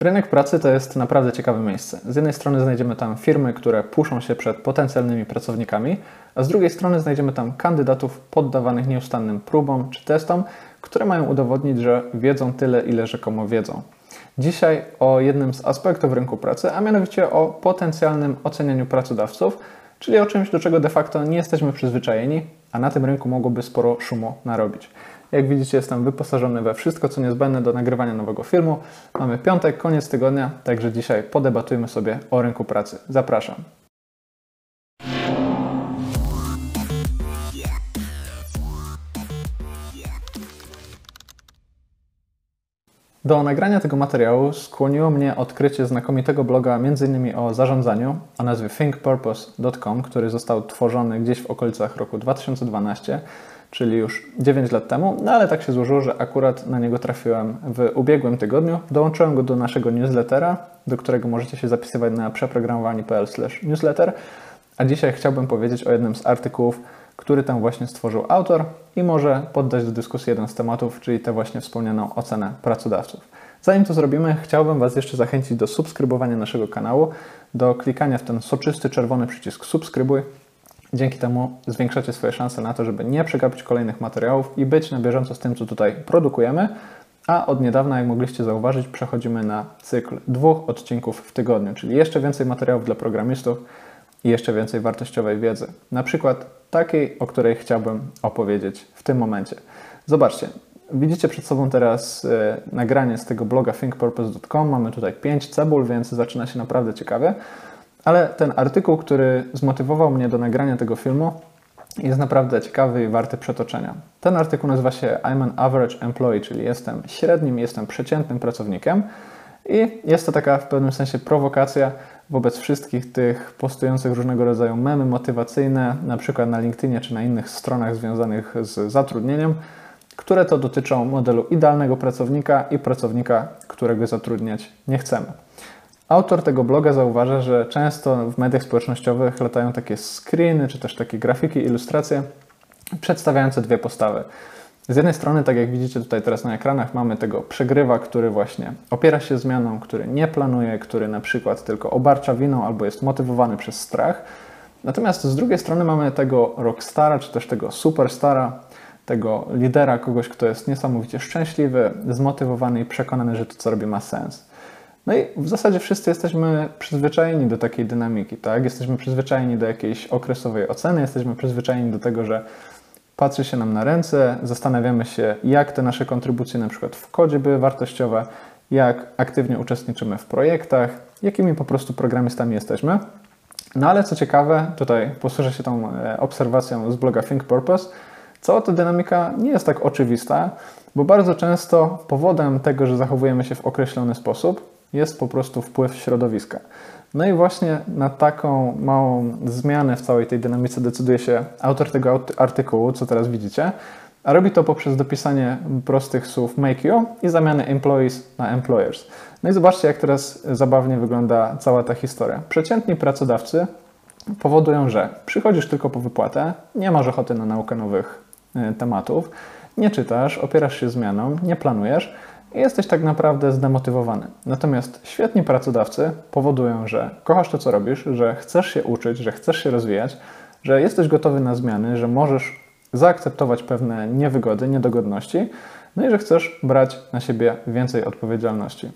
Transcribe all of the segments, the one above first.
Rynek pracy to jest naprawdę ciekawe miejsce. Z jednej strony znajdziemy tam firmy, które puszczą się przed potencjalnymi pracownikami, a z drugiej strony znajdziemy tam kandydatów poddawanych nieustannym próbom czy testom, które mają udowodnić, że wiedzą tyle, ile rzekomo wiedzą. Dzisiaj o jednym z aspektów rynku pracy, a mianowicie o potencjalnym ocenianiu pracodawców, czyli o czymś, do czego de facto nie jesteśmy przyzwyczajeni, a na tym rynku mogłoby sporo szumu narobić. Jak widzicie, jestem wyposażony we wszystko, co niezbędne do nagrywania nowego filmu. Mamy piątek, koniec tygodnia, także dzisiaj podebatujmy sobie o rynku pracy. Zapraszam. Do nagrania tego materiału skłoniło mnie odkrycie znakomitego bloga m.in. o zarządzaniu o nazwie thinkpurpose.com, który został tworzony gdzieś w okolicach roku 2012, czyli już 9 lat temu, no ale tak się złożyło, że akurat na niego trafiłem w ubiegłym tygodniu. Dołączyłem go do naszego newslettera, do którego możecie się zapisywać na przeprogramowani.pl/newsletter, a dzisiaj chciałbym powiedzieć o jednym z artykułów, który tam właśnie stworzył autor i może poddać do dyskusji jeden z tematów, czyli tę właśnie wspomnianą ocenę pracodawców. Zanim to zrobimy, chciałbym Was jeszcze zachęcić do subskrybowania naszego kanału, do klikania w ten soczysty czerwony przycisk subskrybuj. Dzięki temu zwiększacie swoje szanse na to, żeby nie przegapić kolejnych materiałów i być na bieżąco z tym, co tutaj produkujemy. A od niedawna, jak mogliście zauważyć, przechodzimy na cykl 2 odcinków w tygodniu, czyli jeszcze więcej materiałów dla programistów i jeszcze więcej wartościowej wiedzy. Na przykład takiej, o której chciałbym opowiedzieć w tym momencie. Zobaczcie, widzicie przed sobą teraz nagranie z tego bloga thinkpurpose.com. Mamy tutaj 5 cebul, więc zaczyna się naprawdę ciekawie. Ale ten artykuł, który zmotywował mnie do nagrania tego filmu, jest naprawdę ciekawy i warty przetoczenia. Ten artykuł nazywa się I'm an average employee, czyli jestem średnim, jestem przeciętnym pracownikiem i jest to taka w pewnym sensie prowokacja wobec wszystkich tych postujących różnego rodzaju memy motywacyjne, na przykład na LinkedInie czy na innych stronach związanych z zatrudnieniem, które to dotyczą modelu idealnego pracownika i pracownika, którego zatrudniać nie chcemy. Autor tego bloga zauważa, że często w mediach społecznościowych latają takie screeny, czy też takie grafiki, ilustracje przedstawiające dwie postawy. Z jednej strony, tak jak widzicie tutaj teraz na ekranach, mamy tego przegrywa, który właśnie opiera się zmianą, który nie planuje, który na przykład tylko obarcza winą albo jest motywowany przez strach. Natomiast z drugiej strony mamy tego rockstara, czy też tego superstara, tego lidera, kogoś, kto jest niesamowicie szczęśliwy, zmotywowany i przekonany, że to, co robi, ma sens. No i w zasadzie wszyscy jesteśmy przyzwyczajeni do takiej dynamiki, tak? Jesteśmy przyzwyczajeni do jakiejś okresowej oceny, jesteśmy przyzwyczajeni do tego, że patrzy się nam na ręce, zastanawiamy się, jak te nasze kontrybucje na przykład w kodzie były wartościowe, jak aktywnie uczestniczymy w projektach, jakimi po prostu programistami jesteśmy. No ale co ciekawe, tutaj posłużę się tą obserwacją z bloga Think Purpose, cała ta dynamika nie jest tak oczywista, bo bardzo często powodem tego, że zachowujemy się w określony sposób, jest po prostu wpływ środowiska. No i właśnie na taką małą zmianę w całej tej dynamice decyduje się autor tego artykułu, co teraz widzicie, a robi to poprzez dopisanie prostych słów make you i zamianę employees na employers. No i zobaczcie, jak teraz zabawnie wygląda cała ta historia. Przeciętni pracodawcy powodują, że przychodzisz tylko po wypłatę, nie masz ochoty na naukę nowych tematów, nie czytasz, opierasz się zmianą, nie planujesz i jesteś tak naprawdę zdemotywowany. Natomiast świetni pracodawcy powodują, że kochasz to, co robisz, że chcesz się uczyć, że chcesz się rozwijać, że jesteś gotowy na zmiany, że możesz zaakceptować pewne niewygody, niedogodności, no i że chcesz brać na siebie więcej odpowiedzialności.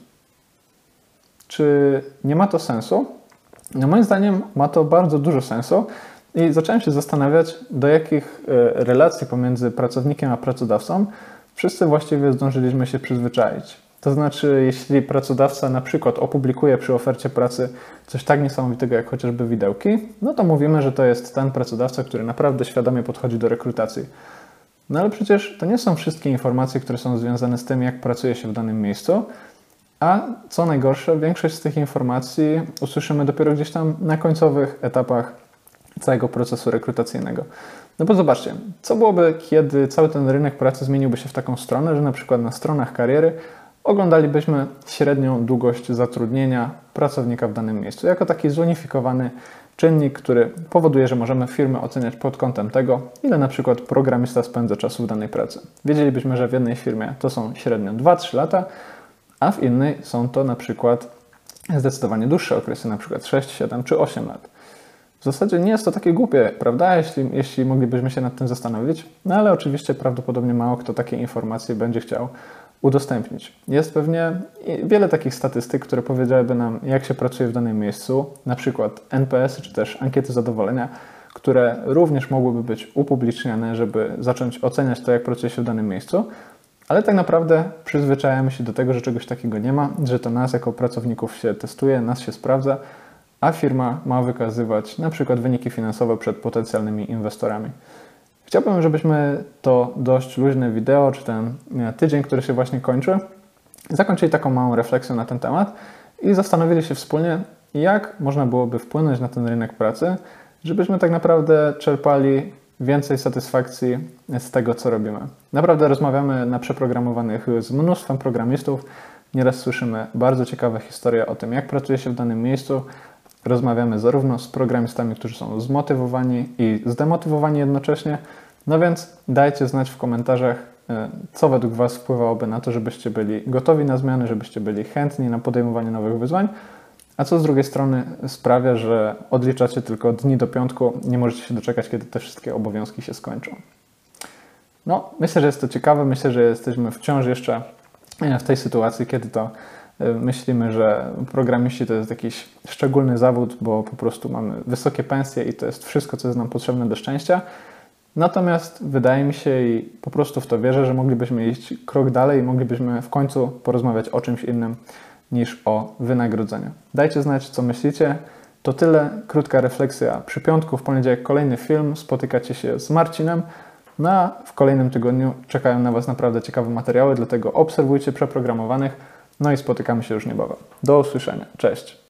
Czy nie ma to sensu? No moim zdaniem ma to bardzo dużo sensu i zacząłem się zastanawiać, do jakich relacji pomiędzy pracownikiem a pracodawcą wszyscy właściwie zdążyliśmy się przyzwyczaić. To znaczy, jeśli pracodawca na przykład opublikuje przy ofercie pracy coś tak niesamowitego jak chociażby widełki, no to mówimy, że to jest ten pracodawca, który naprawdę świadomie podchodzi do rekrutacji. No ale przecież to nie są wszystkie informacje, które są związane z tym, jak pracuje się w danym miejscu, a co najgorsze, większość z tych informacji usłyszymy dopiero gdzieś tam na końcowych etapach całego procesu rekrutacyjnego. No bo zobaczcie, co byłoby, kiedy cały ten rynek pracy zmieniłby się w taką stronę, że na przykład na stronach kariery oglądalibyśmy średnią długość zatrudnienia pracownika w danym miejscu, jako taki zunifikowany czynnik, który powoduje, że możemy firmy oceniać pod kątem tego, ile na przykład programista spędza czasu w danej pracy. Wiedzielibyśmy, że w jednej firmie to są średnio 2-3 lata, a w innej są to na przykład zdecydowanie dłuższe okresy, na przykład 6, 7 czy 8 lat. W zasadzie nie jest to takie głupie, prawda, jeśli moglibyśmy się nad tym zastanowić, no ale oczywiście prawdopodobnie mało kto takie informacje będzie chciał udostępnić. Jest pewnie wiele takich statystyk, które powiedziałyby nam, jak się pracuje w danym miejscu, na przykład NPS-y czy też ankiety zadowolenia, które również mogłyby być upubliczniane, żeby zacząć oceniać to, jak pracuje się w danym miejscu, ale tak naprawdę przyzwyczajamy się do tego, że czegoś takiego nie ma, że to nas jako pracowników się testuje, nas się sprawdza, a firma ma wykazywać na przykład wyniki finansowe przed potencjalnymi inwestorami. Chciałbym, żebyśmy to dość luźne wideo, czy ten tydzień, który się właśnie kończy, zakończyli taką małą refleksją na ten temat i zastanowili się wspólnie, jak można byłoby wpłynąć na ten rynek pracy, żebyśmy tak naprawdę czerpali więcej satysfakcji z tego, co robimy. Naprawdę rozmawiamy na przeprogramowanych z mnóstwem programistów, nieraz słyszymy bardzo ciekawe historie o tym, jak pracuje się w danym miejscu. Rozmawiamy zarówno z programistami, którzy są zmotywowani i zdemotywowani jednocześnie. No więc dajcie znać w komentarzach, co według Was wpływałoby na to, żebyście byli gotowi na zmiany, żebyście byli chętni na podejmowanie nowych wyzwań, a co z drugiej strony sprawia, że odliczacie tylko dni do piątku, nie możecie się doczekać, kiedy te wszystkie obowiązki się skończą. No, myślę, że jest to ciekawe, myślę, że jesteśmy wciąż jeszcze w tej sytuacji, kiedy to myślimy, że programiści to jest jakiś szczególny zawód, bo po prostu mamy wysokie pensje i to jest wszystko, co jest nam potrzebne do szczęścia. Natomiast wydaje mi się i po prostu w to wierzę, że moglibyśmy iść krok dalej i moglibyśmy w końcu porozmawiać o czymś innym niż o wynagrodzeniu. Dajcie znać, co myślicie. To tyle, krótka refleksja przy piątku, w poniedziałek kolejny film, spotykacie się z Marcinem, no a w kolejnym tygodniu czekają na Was naprawdę ciekawe materiały, dlatego obserwujcie przeprogramowanych, no i spotykamy się już niebawem. Do usłyszenia. Cześć!